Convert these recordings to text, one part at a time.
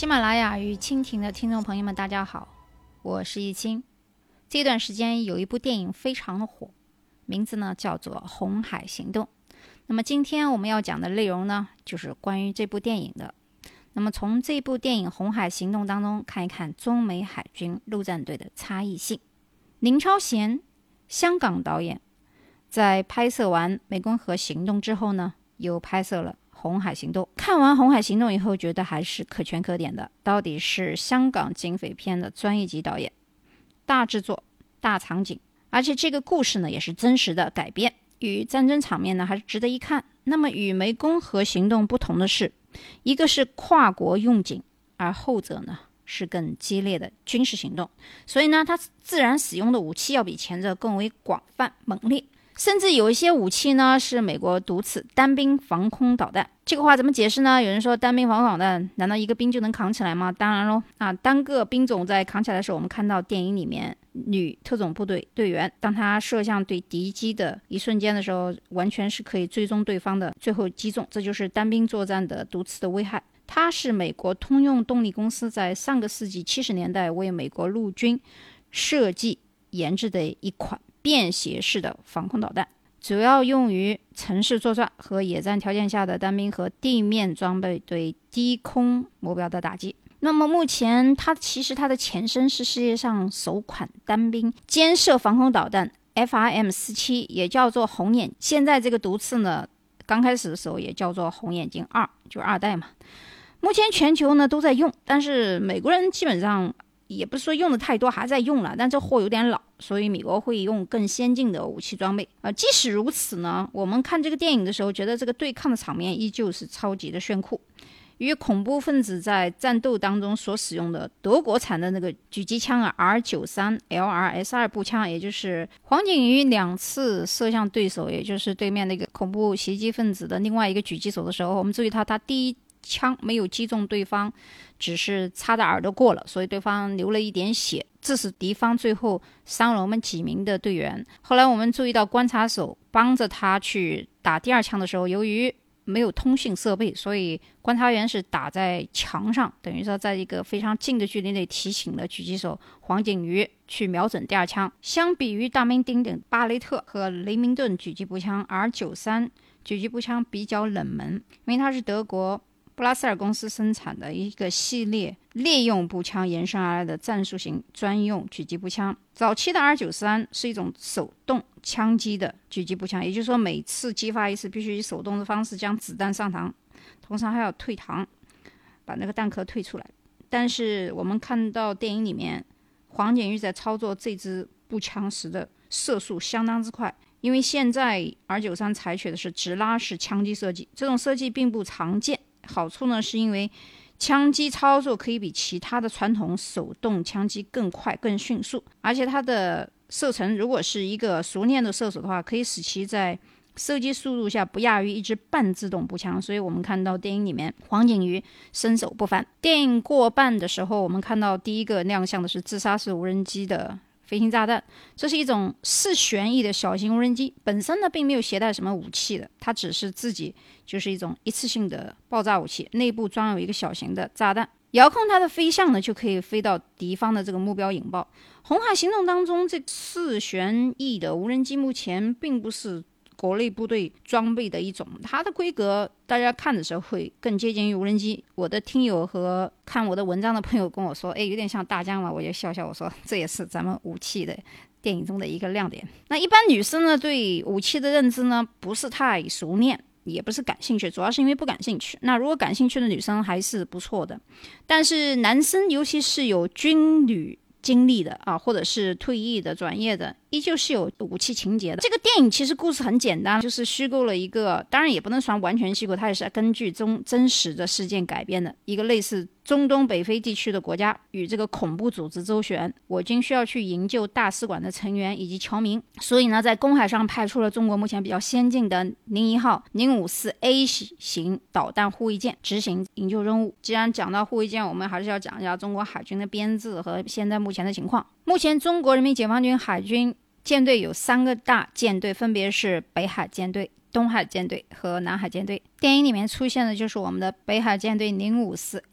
喜马拉雅与蜻蜓的听众朋友们大家好，我是易清。这段时间有一部电影非常的火，名字呢叫做《红海行动》。那么今天我们要讲的内容呢，就是关于这部电影的。那么从这部电影《红海行动》当中看一看中美海军陆战队的差异性。林超贤，香港导演，在拍摄完《湄公河行动》之后呢，又拍摄了红海行动。看完红海行动以后，觉得还是可圈可点的，到底是香港警匪片的专业级导演，大制作大场景，而且这个故事呢也是真实的改编，与战争场面呢还是值得一看。那么与湄公河行动不同的是，一个是跨国用警，而后者呢是更激烈的军事行动，所以呢它自然使用的武器要比前者更为广泛猛烈，甚至有一些武器呢是美国独此单兵防空导弹。这个话怎么解释呢？有人说单兵防空导弹难道一个兵就能扛起来吗？当然咯，单个兵种在扛起来的时候，我们看到电影里面女特种部队队员，当他射向对敌机的一瞬间的时候，完全是可以追踪对方的最后击中，这就是单兵作战的独次的危害。它是美国通用动力公司在上个世纪70年代为美国陆军设计研制的一款便携式的防空导弹，主要用于城市作战和野战条件下的单兵和地面装备对低空目标的打击。那么目前它的前身是世界上首款单兵肩射防空导弹 FRM-47， 也叫做红眼。现在这个毒刺呢，刚开始的时候也叫做红眼睛2，就2代嘛。目前全球呢都在用，但是美国人基本上也不是说用的太多，还在用了，但这货有点老，所以美国会用更先进的武器装备。即使如此呢，我们看这个电影的时候，觉得这个对抗的场面依旧是超级的炫酷。与恐怖分子在战斗当中所使用的德国产的那个狙击枪R93 LRS2 步枪，也就是黄景瑜2次射向对手，也就是对面那个恐怖袭击分子的另外一个狙击手的时候，我们注意他第一枪没有击中对方，只是擦着耳朵过了，所以对方流了一点血，致使敌方最后伤了我们几名的队员。后来我们注意到观察手帮着他去打第二枪的时候，由于没有通讯设备，所以观察员是打在墙上，等于说在一个非常近的距离内提醒了狙击手黄景瑜去瞄准第二枪。相比于大名鼎鼎巴雷特和雷明顿狙击步枪， R93 狙击步枪比较冷门，因为它是德国布拉塞尔公司生产的一个系列猎用步枪延伸而来的战术型专用狙击步枪。早期的 R93 是一种手动枪击的狙击步枪，也就是说每次击发一次必须以手动的方式将子弹上膛，同时还要退膛，把那个弹壳退出来。但是我们看到电影里面黄景瑜在操作这支步枪时的射速相当之快，因为现在 R93 采取的是直拉式枪击设计，这种设计并不常见。好处呢，是因为枪击操作可以比其他的传统手动枪击更快更迅速，而且它的射程如果是一个熟练的射手的话，可以使其在射击速度下不亚于一支半自动步枪。所以我们看到电影里面黄景瑜身手不凡。电影过半的时候，我们看到第一个亮相的是自杀式无人机的飞行炸弹，这是一种4旋翼的小型无人机，本身呢并没有携带什么武器的，它只是自己就是一种一次性的爆炸武器，内部装有一个小型的炸弹，遥控它的飞向呢就可以飞到敌方的这个目标引爆。红海行动当中，这4旋翼的无人机目前并不是国内部队装备的一种，它的规格大家看的时候会更接近于无人机。我的听友和看我的文章的朋友跟我说，有点像大疆嘛，我就笑笑，我说这也是咱们武器的电影中的一个亮点。那一般女生呢对武器的认知呢不是太熟练，也不是感兴趣，主要是因为不感兴趣。那如果感兴趣的女生还是不错的，但是男生尤其是有军旅经历的或者是退役的转业的，依旧是有武器情节的。这个电影其实故事很简单，就是虚构了一个，当然也不能算完全虚构，它也是根据真实的事件改编的一个类似中东北非地区的国家与这个恐怖组织周旋，我军需要去营救大使馆的成员以及侨民，所以呢在公海上派出了中国目前比较先进的01号 054A 型导弹护卫舰执行营救任务。既然讲到护卫舰，我们还是要讲一下中国海军的编制和现在目前的情况。目前中国人民解放军海军舰队有3个大舰队，分别是北海舰队、东海舰队和南海舰队。电影里面出现的就是我们的北海舰队054A，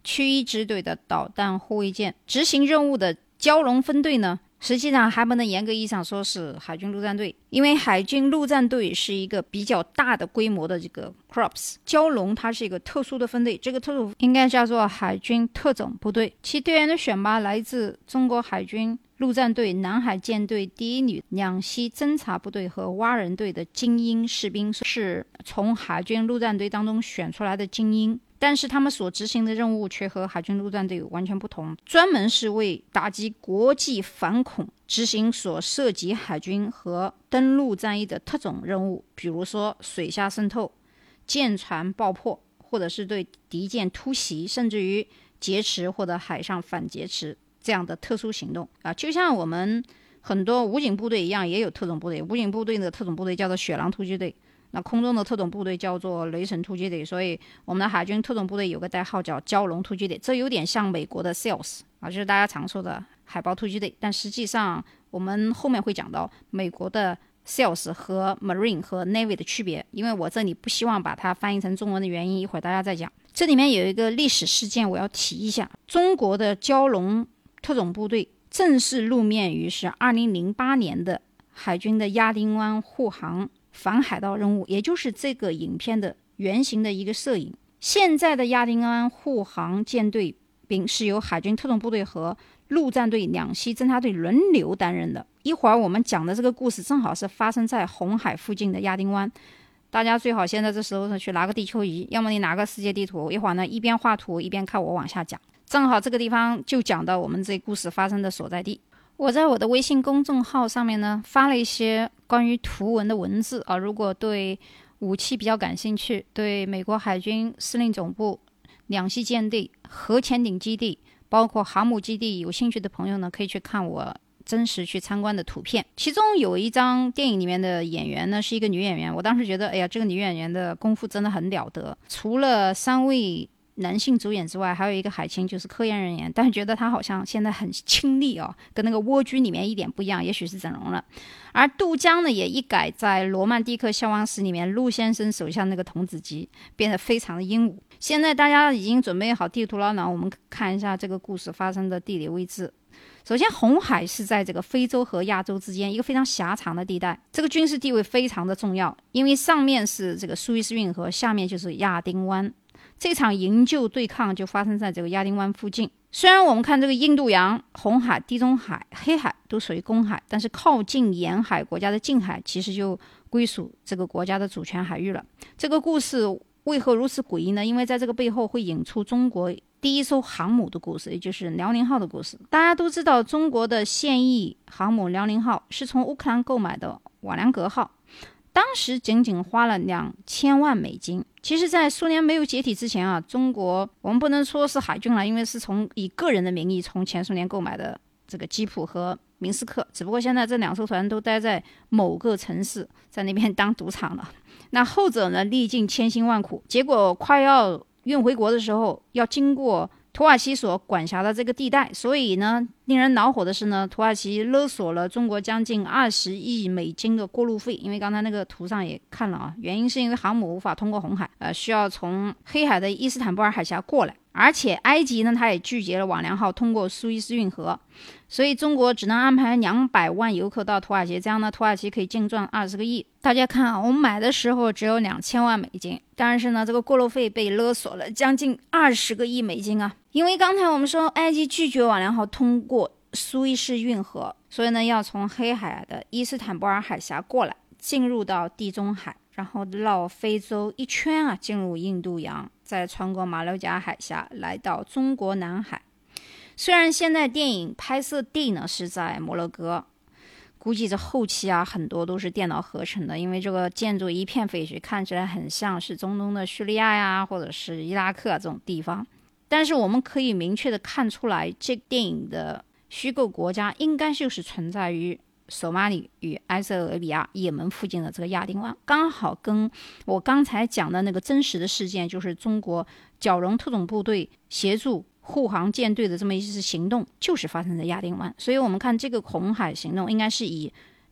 区一支队的导弹护卫舰。执行任务的蛟龙分队呢，实际上还不能严格意义上说是海军陆战队，因为海军陆战队是一个比较大的规模的这个 corps， 蛟龙它是一个特殊的分队，这个特殊应该叫做海军特种部队，其队员的选拔来自中国海军陆战队、南海舰队第一旅、两栖侦察部队和蛙人队的精英士兵，是从海军陆战队当中选出来的精英，但是他们所执行的任务却和海军陆战队完全不同，专门是为打击国际反恐执行所涉及海军和登陆战役的特种任务，比如说水下渗透、舰船爆破，或者是对敌舰突袭，甚至于劫持或者海上反劫持这样的特殊行动啊，就像我们很多武警部队一样，也有特种部队。武警部队的特种部队叫做雪狼突击队，那空中的特种部队叫做雷神突击队，所以我们的海军特种部队有个代号叫蛟龙突击队，这有点像美国的 SEALs 啊，就是大家常说的海豹突击队。但实际上我们后面会讲到美国的 SEALs 和 Marine 和 Navy 的区别，因为我这里不希望把它翻译成中文的原因，一会儿大家再讲。这里面有一个历史事件我要提一下，中国的蛟龙特种部队正式露面于是2008年的海军的亚丁湾护航反海盗任务，也就是这个影片的原型的一个摄影。现在的亚丁湾护航舰队兵是由海军特种部队和陆战队两栖侦察队轮流担任的。一会儿我们讲的这个故事正好是发生在红海附近的亚丁湾，大家最好现在这时候去拿个地球仪，要么你拿个世界地图，一会儿呢一边画图一边看我往下讲。正好这个地方就讲到我们这故事发生的所在地。我在我的微信公众号上面呢发了一些关于图文的文字啊，如果对武器比较感兴趣，对美国海军司令总部、两栖舰队、核潜艇基地包括航母基地有兴趣的朋友呢，可以去看我真实去参观的图片。其中有一张电影里面的演员呢是一个女演员，我当时觉得哎呀，这个女演员的功夫真的很了得，除了3位男性主演之外，还有一个海清就是科研人员，但是觉得他好像现在很清丽哦，跟那个蜗居里面一点不一样，也许是整容了。而杜江呢也一改在罗曼蒂克消亡史里面陆先生手下那个童子鸡，变得非常的英武。现在大家已经准备好地图了呢，我们看一下这个故事发生的地理位置。首先红海是在这个非洲和亚洲之间一个非常狭长的地带，这个军事地位非常的重要，因为上面是这个苏伊士运河，下面就是亚丁湾，这场营救对抗就发生在这个亚丁湾附近。虽然我们看这个印度洋、红海、地中海、黑海都属于公海，但是靠近沿海国家的近海其实就归属这个国家的主权海域了。这个故事为何如此诡异呢？因为在这个背后会引出中国第一艘航母的故事，也就是辽宁号的故事。大家都知道中国的现役航母辽宁号是从乌克兰购买的瓦良格号，当时仅仅花了2000万美金。其实在苏联没有解体之前啊，中国我们不能说是海军了，因为是以个人的名义从前苏联购买的这个吉普和明斯克，只不过现在这2艘船都待在某个城市，在那边当赌场了。那后者呢历尽千辛万苦，结果快要运回国的时候要经过土耳其所管辖的这个地带，所以呢令人恼火的是呢，土耳其勒索了中国将近20亿美金的过路费。因为刚才那个图上也看了啊，原因是因为航母无法通过红海，需要从黑海的伊斯坦布尔海峡过来，而且埃及呢它也拒绝了瓦良号通过苏伊士运河，所以中国只能安排200万游客到土耳其，这样呢土耳其可以净赚20个亿。大家看啊，我们买的时候只有2000万美金，但是呢这个过路费被勒索了将近20个亿美金啊。因为刚才我们说埃及拒绝瓦良号通过苏伊士运河，所以呢要从黑海的伊斯坦布尔海峡过来，进入到地中海，然后绕非洲一圈啊，进入印度洋，再穿过马六甲海峡来到中国南海。虽然现在电影拍摄地呢是在摩洛哥，估计这后期啊很多都是电脑合成的，因为这个建筑一片废墟，看起来很像是中东的叙利亚呀，或者是伊拉克这种地方。但是我们可以明确的看出来，这电影的虚构国家应该就是存在于索马里与埃塞俄比亚、也门附近的这个亚丁湾，刚好跟我刚才讲的那个真实的事件，就是中国蛟龙特种部队协助护航舰队的这么一次行动，就是发生在亚丁湾。所以我们看这个红海行动应该是以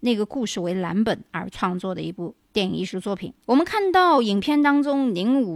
那个故事为蓝本而创作的一部电影艺术作品。我们看到影片当中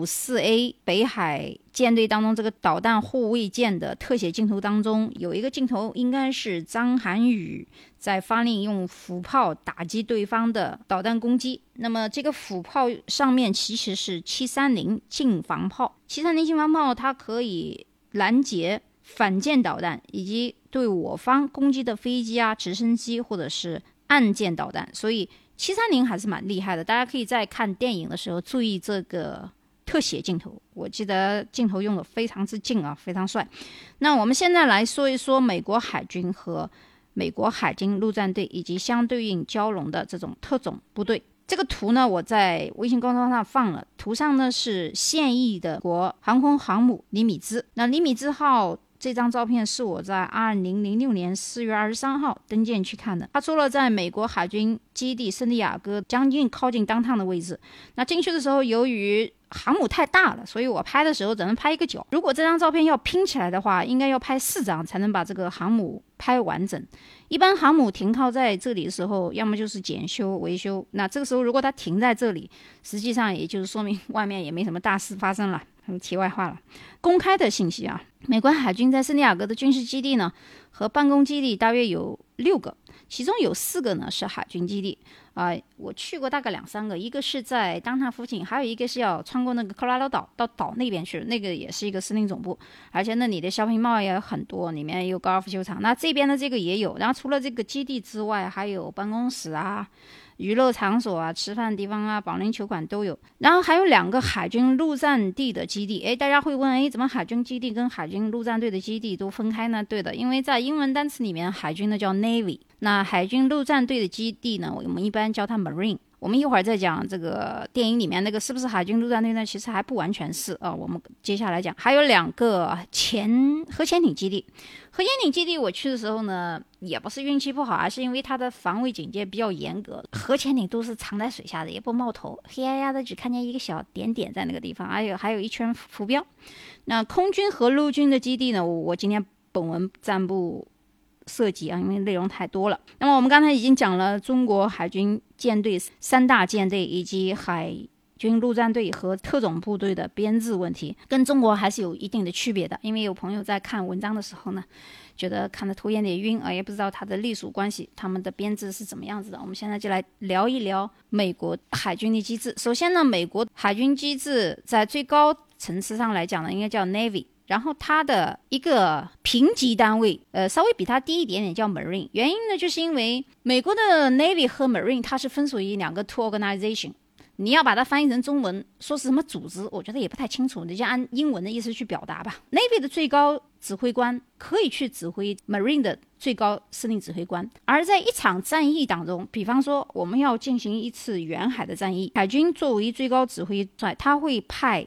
054A 北海舰队当中这个导弹护卫舰的特写镜头当中，有一个镜头应该是张涵予在发令用俯炮打击对方的导弹攻击。那么这个俯炮上面其实是730近防炮，730近防炮它可以拦截反舰导弹以及对我方攻击的飞机啊、直升机或者是岸舰导弹，所以730还是蛮厉害的。大家可以在看电影的时候注意这个特写镜头，我记得镜头用的非常之近啊，非常帅。那我们现在来说一说美国海军和美国海军陆战队以及相对应交融的这种特种部队。这个图呢，我在微信公众号上放了，图上呢是现役的国航空航母尼米兹。那尼米兹号这张照片是我在2006年4月23号登舰去看的。它除了在美国海军基地圣地亚哥将近靠近当趟的位置，那进去的时候由于航母太大了，所以我拍的时候只能拍一个角。如果这张照片要拼起来的话，应该要拍4张才能把这个航母拍完整。一般航母停靠在这里的时候，要么就是检修维修，那这个时候如果它停在这里，实际上也就是说明外面也没什么大事发生了。题外话了，公开的信息啊，美国海军在圣地亚哥的军事基地呢和办公基地大约有6个，其中有4个呢是海军基地我去过大概2-3个，一个是在当趟附近，还有一个是要穿过那个科罗拉多岛到岛那边去，那个也是一个司令总部，而且那里的 shopping mall 也有很多，里面也有高尔夫球场。那这边的这个也有，然后除了这个基地之外，还有办公室啊、娱乐场所啊、吃饭地方啊、保龄球馆都有。然后还有2个海军陆战地的基地。大家会问，怎么海军基地跟海军陆战队的基地都分开呢？对的，因为在英文单词里面，海军呢叫 Navy， 那海军陆战队的基地呢，我们一般叫它 Marine。我们一会儿再讲这个电影里面那个是不是海军陆战队呢？其实还不完全是我们接下来讲，还有2个核潜艇基地。核潜艇基地我去的时候呢，也不是运气不好，而是因为它的防卫警戒比较严格。核潜艇都是藏在水下的，也不冒头，黑压压的，只看见一个小点点在那个地方，还有一圈浮标。那空军和陆军的基地呢，我今天本文暂不涉及因为内容太多了。那么我们刚才已经讲了中国海军舰队3大舰队以及海军陆战队和特种部队的编制问题，跟中国还是有一定的区别的。因为有朋友在看文章的时候呢，觉得看的头有点晕也不知道它的隶属关系，他们的编制是怎么样子的。我们现在就来聊一聊美国海军的机制。首先呢，美国海军机制在最高层次上来讲呢，应该叫 Navy。然后它的一个评级单位稍微比它低一点点叫 Marine。 原因呢，就是因为美国的 Navy 和 Marine 它是分属于2个 two organization。 你要把它翻译成中文说是什么组织，我觉得也不太清楚，你就按英文的意思去表达吧。 Navy 的最高指挥官可以去指挥 Marine 的最高司令指挥官。而在一场战役当中，比方说我们要进行一次远海的战役，海军作为最高指挥帅，他会派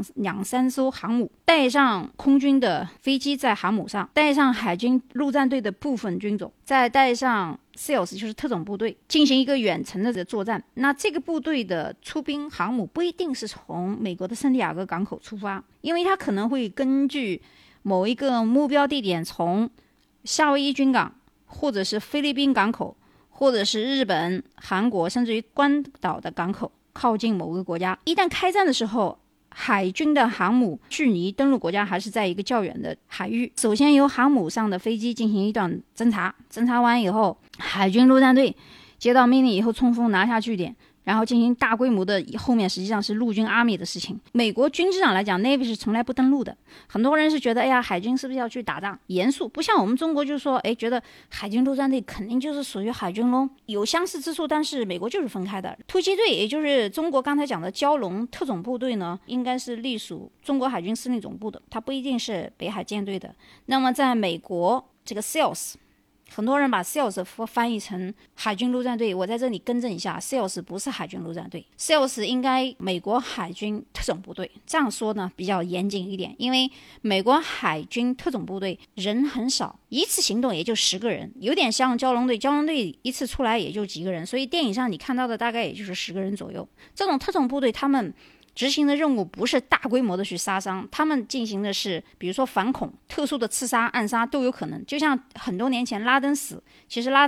2-3艘航母，带上空军的飞机在航母上，带上海军陆战队的部分军种，再带上 SEALs 就是特种部队，进行一个远程的作战。那这个部队的出兵航母不一定是从美国的圣地亚哥港口出发，因为它可能会根据某一个目标地点，从夏威夷军港或者是菲律宾港口，或者是日本、韩国甚至于关岛的港口，靠近某个国家。一旦开战的时候，海军的航母距离登陆国家还是在一个较远的海域，首先由航母上的飞机进行一段侦察，侦察完以后，海军陆战队接到命令以后冲锋拿下据点，然后进行大规模的，后面实际上是陆军 Army 的事情。美国军事上来讲 Navy 是从来不登陆的。很多人是觉得海军是不是要去打仗，严肃，不像我们中国就是说觉得海军陆战队肯定就是属于海军咯，有相似之处，但是美国就是分开的。突击队也就是中国刚才讲的蛟龙特种部队呢，应该是隶属中国海军司令总部的，它不一定是北海舰队的。那么在美国这个 SEALs，很多人把 SEALs 翻译成海军陆战队，我在这里更正一下， SEALs 不是海军陆战队， SEALs 应该美国海军特种部队。这样说呢比较严谨一点，因为美国海军特种部队人很少，一次行动也就10个人，有点像蛟龙队，蛟龙队一次出来也就几个人，所以电影上你看到的大概也就是10个人左右。这种特种部队他们执行的任务不是大规模的去杀伤，他们进行的是比如说反恐、特殊的刺杀、暗杀都有可能。就像很多年前拉登死，其实拉登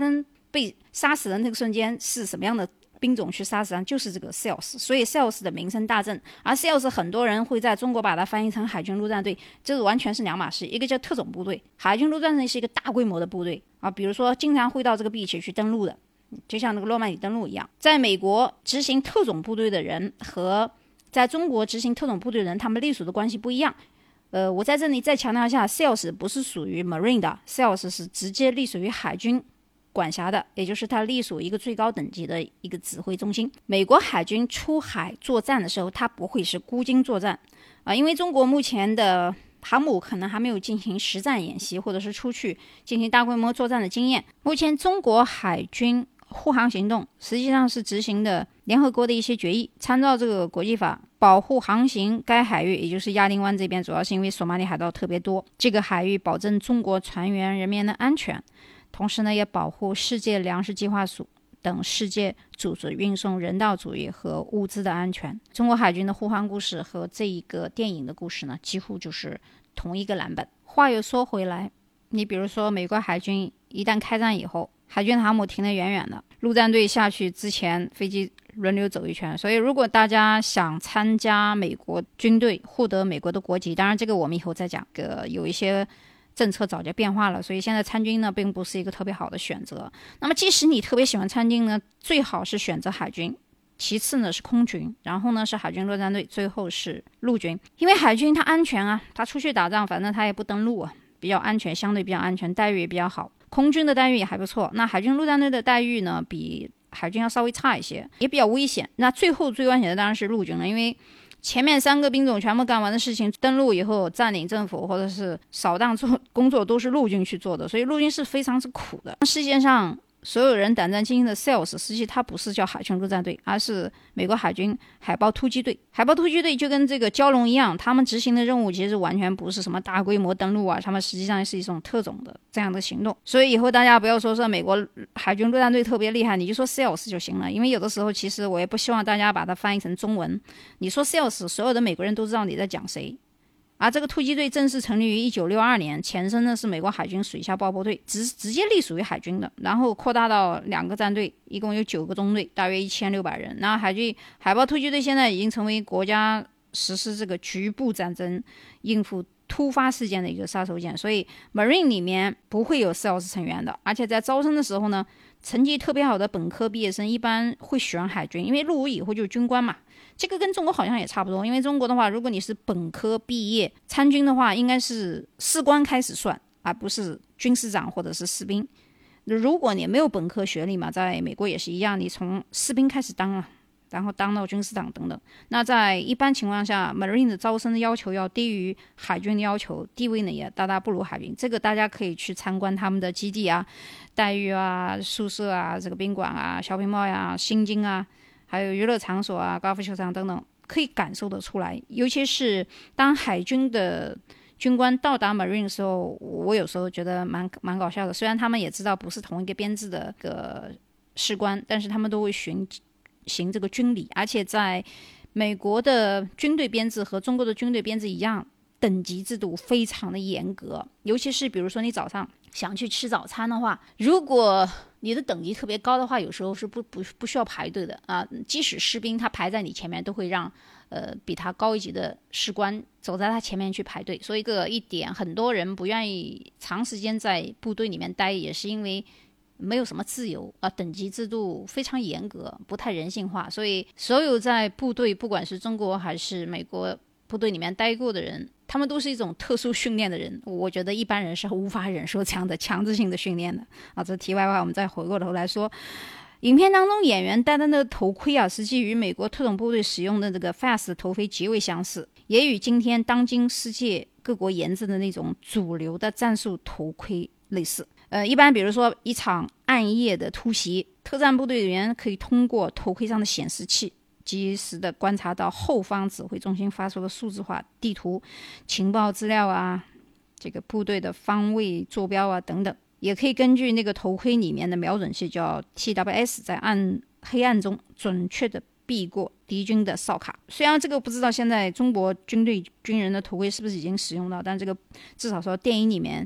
被杀死的那个瞬间是什么样的兵种去杀死他，就是这个 SEALs， 所以 SEALs 的名声大振。而 SEALs 很多人会在中国把它翻译成海军陆战队，这完全是两码事。一个叫特种部队，海军陆战队是一个大规模的部队啊，比如说经常会到这个 beach 去登陆的，就像那个诺曼底登陆一样。在美国执行特种部队的人和在中国执行特种部队的人，他们隶属的关系不一样。我在这里再强调一下 ，SEALs 不是属于 Marine 的 ，SEALs 是直接隶属于海军管辖的，也就是它隶属一个最高等级的一个指挥中心。美国海军出海作战的时候，它不会是孤军作战因为中国目前的航母可能还没有进行实战演习，或者是出去进行大规模作战的经验。目前中国海军护航行动实际上是执行的联合国的一些决议，参照这个国际法保护航行该海域，也就是亚丁湾这边，主要是因为索马里海盗特别多，这个海域保证中国船员人民的安全，同时呢也保护世界粮食计划署等世界组织运送人道主义和物资的安全。中国海军的护航故事和这一个电影的故事呢，几乎就是同一个蓝本。话又说回来，你比如说美国海军一旦开战以后，海军航母停得远远的，陆战队下去之前飞机轮流走一圈，所以如果大家想参加美国军队，获得美国的国籍，当然这个我们以后再讲，有一些政策早就变化了，所以现在参军呢并不是一个特别好的选择。那么即使你特别喜欢参军呢，最好是选择海军，其次呢是空军，然后呢是海军陆战队，最后是陆军。因为海军它安全啊，它出去打仗反正它也不登陆啊，比较安全，相对比较安全，待遇也比较好。空军的待遇也还不错，那海军陆战队的待遇呢比海军要稍微差一些，也比较危险。那最后最危险的当然是陆军了，因为前面三个兵种全部干完的事情，登陆以后占领政府或者是扫荡工作都是陆军去做的，所以陆军是非常之苦的。世界上所有人胆战心惊的 SEALs， 实际它不是叫海军陆战队，而是美国海军海豹突击队。海豹突击队就跟这个蛟龙一样，他们执行的任务其实完全不是什么大规模登陆啊，他们实际上是一种特种的这样的行动。所以以后大家不要说美国海军陆战队特别厉害，你就说 SEALs 就行了。因为有的时候其实我也不希望大家把它翻译成中文，你说 SEALs， 所有的美国人都知道你在讲谁。而这个突击队正式成立于1962年，前身呢是美国海军水下爆破队，直接隶属于海军的，然后扩大到2个战队，一共有9个中队，大约1600人。那海豹突击队现在已经成为国家实施这个局部战争、应付突发事件的一个杀手锏，所以 Marine 里面不会有 SEALs 成员的。而且在招生的时候呢，成绩特别好的本科毕业生一般会选海军，因为入伍以后就是军官嘛。这个跟中国好像也差不多，因为中国的话，如果你是本科毕业参军的话，应该是士官开始算，而不是军师长或者是士兵。如果你没有本科学历嘛，在美国也是一样，你从士兵开始当了，然后当到军师长等等。那在一般情况下 Marine 的招生的要求要低于海军的要求，地位呢也大大不如海军。这个大家可以去参观他们的基地啊、待遇啊、宿舍啊、这个宾馆啊、shopping mall啊、薪金啊，还有娱乐场所啊、高尔夫球场等等，可以感受得出来。尤其是当海军的军官到达 Marine 的时候，我有时候觉得蛮搞笑的。虽然他们也知道不是同一个编制的个士官，但是他们都会行这个军礼，而且在美国的军队编制和中国的军队编制一样，等级制度非常的严格。尤其是比如说你早上想去吃早餐的话，如果你的等级特别高的话，有时候是不需要排队的啊。即使士兵他排在你前面，都会让比他高一级的士官走在他前面去排队。所以一点，很多人不愿意长时间在部队里面待，也是因为没有什么自由啊，等级制度非常严格，不太人性化。所以所有在部队，不管是中国还是美国部队里面待过的人，他们都是一种特殊训练的人，我觉得一般人是无法忍受这样的强制性的训练的啊。这题外话，我们再回过头来说，影片当中演员戴的那个头盔啊，实际与美国特种部队使用的这个 FAST 头盔极为相似，也与今天当今世界各国研制的那种主流的战术头盔类似。一般比如说一场暗夜的突袭，特战部队员可以通过头盔上的显示器及时的观察到后方指挥中心发出的数字化地图、情报资料啊，这个部队的方位坐标啊等等，也可以根据那个头盔里面的瞄准器叫 TWS， 在黑暗中准确的避过敌军的哨卡。虽然这个不知道现在中国军人的头盔是不是已经使用到，但这个至少说电影里面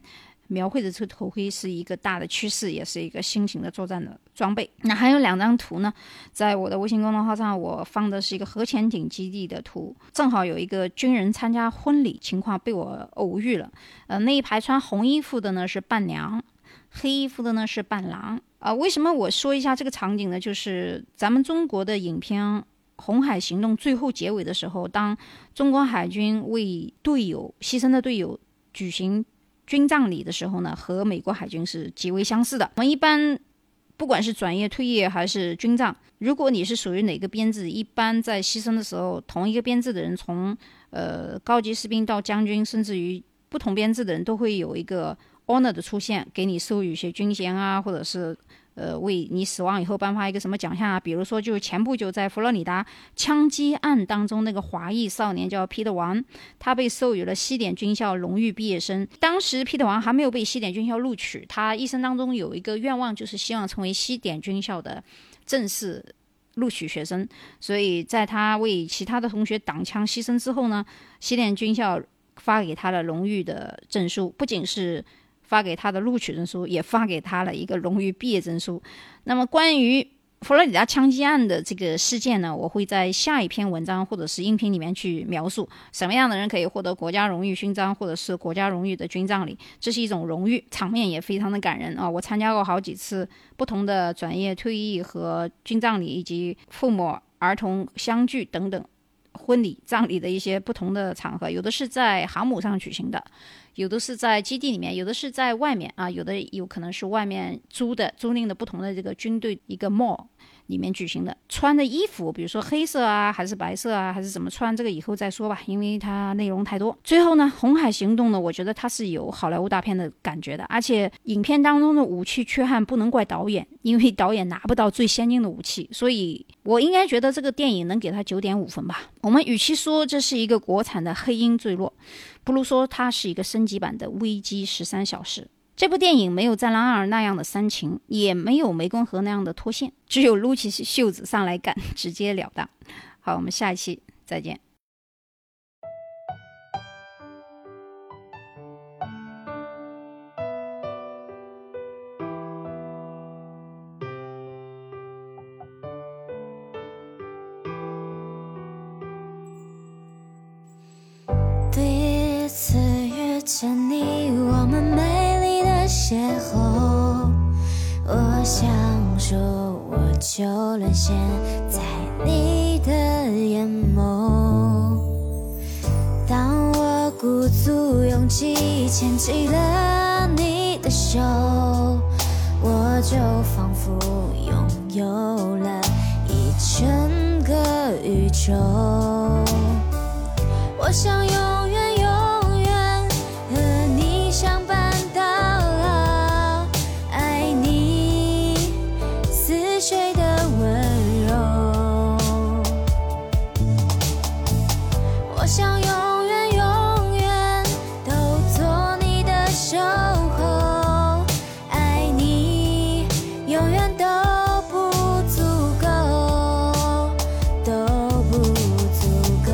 描绘的这个头盔是一个大的趋势，也是一个新型的作战的装备。那还有2张图呢，在我的微信公众号上我放的是一个核潜艇基地的图，正好有一个军人参加婚礼情况被我偶遇了。那一排穿红衣服的呢是伴娘，黑衣服的呢是伴郎。为什么我说一下这个场景呢？就是咱们中国的影片红海行动最后结尾的时候，当中国海军为牺牲的队友举行军葬礼的时候呢，和美国海军是极为相似的。我们一般不管是转业退役还是军葬，如果你是属于哪个编制，一般在牺牲的时候，同一个编制的人从高级士兵到将军，甚至于不同编制的人都会有一个 honor 的出现，给你授予一些军衔啊，或者是为你死亡以后颁发一个什么奖项啊。比如说就前不久在佛罗里达枪击案当中，那个华裔少年叫 Peter Wang， 他被授予了西点军校荣誉毕业生。当时 Peter Wang 还没有被西点军校录取，他一生当中有一个愿望，就是希望成为西点军校的正式录取学生。所以在他为其他的同学挡枪牺牲之后呢，西点军校发给他的荣誉的证书，不仅是发给他的录取证书，也发给他了一个荣誉毕业证书。那么关于佛罗里达枪击案的这个事件呢，我会在下一篇文章或者是音频里面去描述什么样的人可以获得国家荣誉勋章或者是国家荣誉的军葬礼。这是一种荣誉，场面也非常的感人啊！我参加过好几次不同的转业退役和军葬礼，以及父母儿童相聚等等婚礼葬礼的一些不同的场合，有的是在航母上举行的，有的是在基地里面，有的是在外面啊，有的有可能是外面租赁的不同的这个军队一个 mall 里面举行的。穿的衣服比如说黑色啊还是白色啊还是怎么穿，这个以后再说吧，因为它内容太多。最后呢，红海行动呢，我觉得它是有好莱坞大片的感觉的，而且影片当中的武器缺憾不能怪导演，因为导演拿不到最先进的武器，所以我应该觉得这个电影能给它9.5分吧。我们与其说这是一个国产的黑鹰坠落，不如说它是一个升级版的危机13小时。这部电影没有战狼2那样的煽情，也没有湄公河那样的脱线，只有撸起袖子上来干，直截了当。好，我们下一期再见。 第一次遇见你，我们美丽的邂逅，我想说我就沦陷在你的眼眸。当我鼓足勇气牵起了你的手，我就仿佛拥有了一整个宇宙。我想永远永远和你相伴到老，爱你似水的温柔。我想永远永远都做你的守候，爱你永远都不足够，都不足够。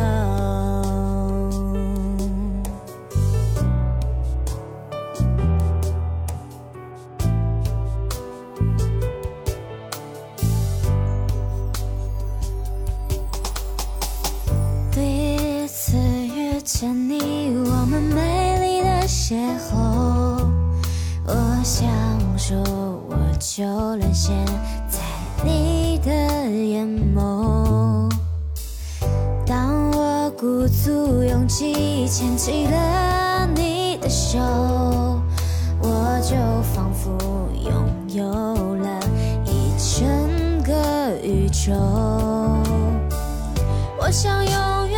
第一次遇见你，我们美丽的邂逅，我想说我就沦陷在你的眼眸。当我鼓足勇气牵起了你的手，我就仿佛拥有了一整个宇宙。我想永远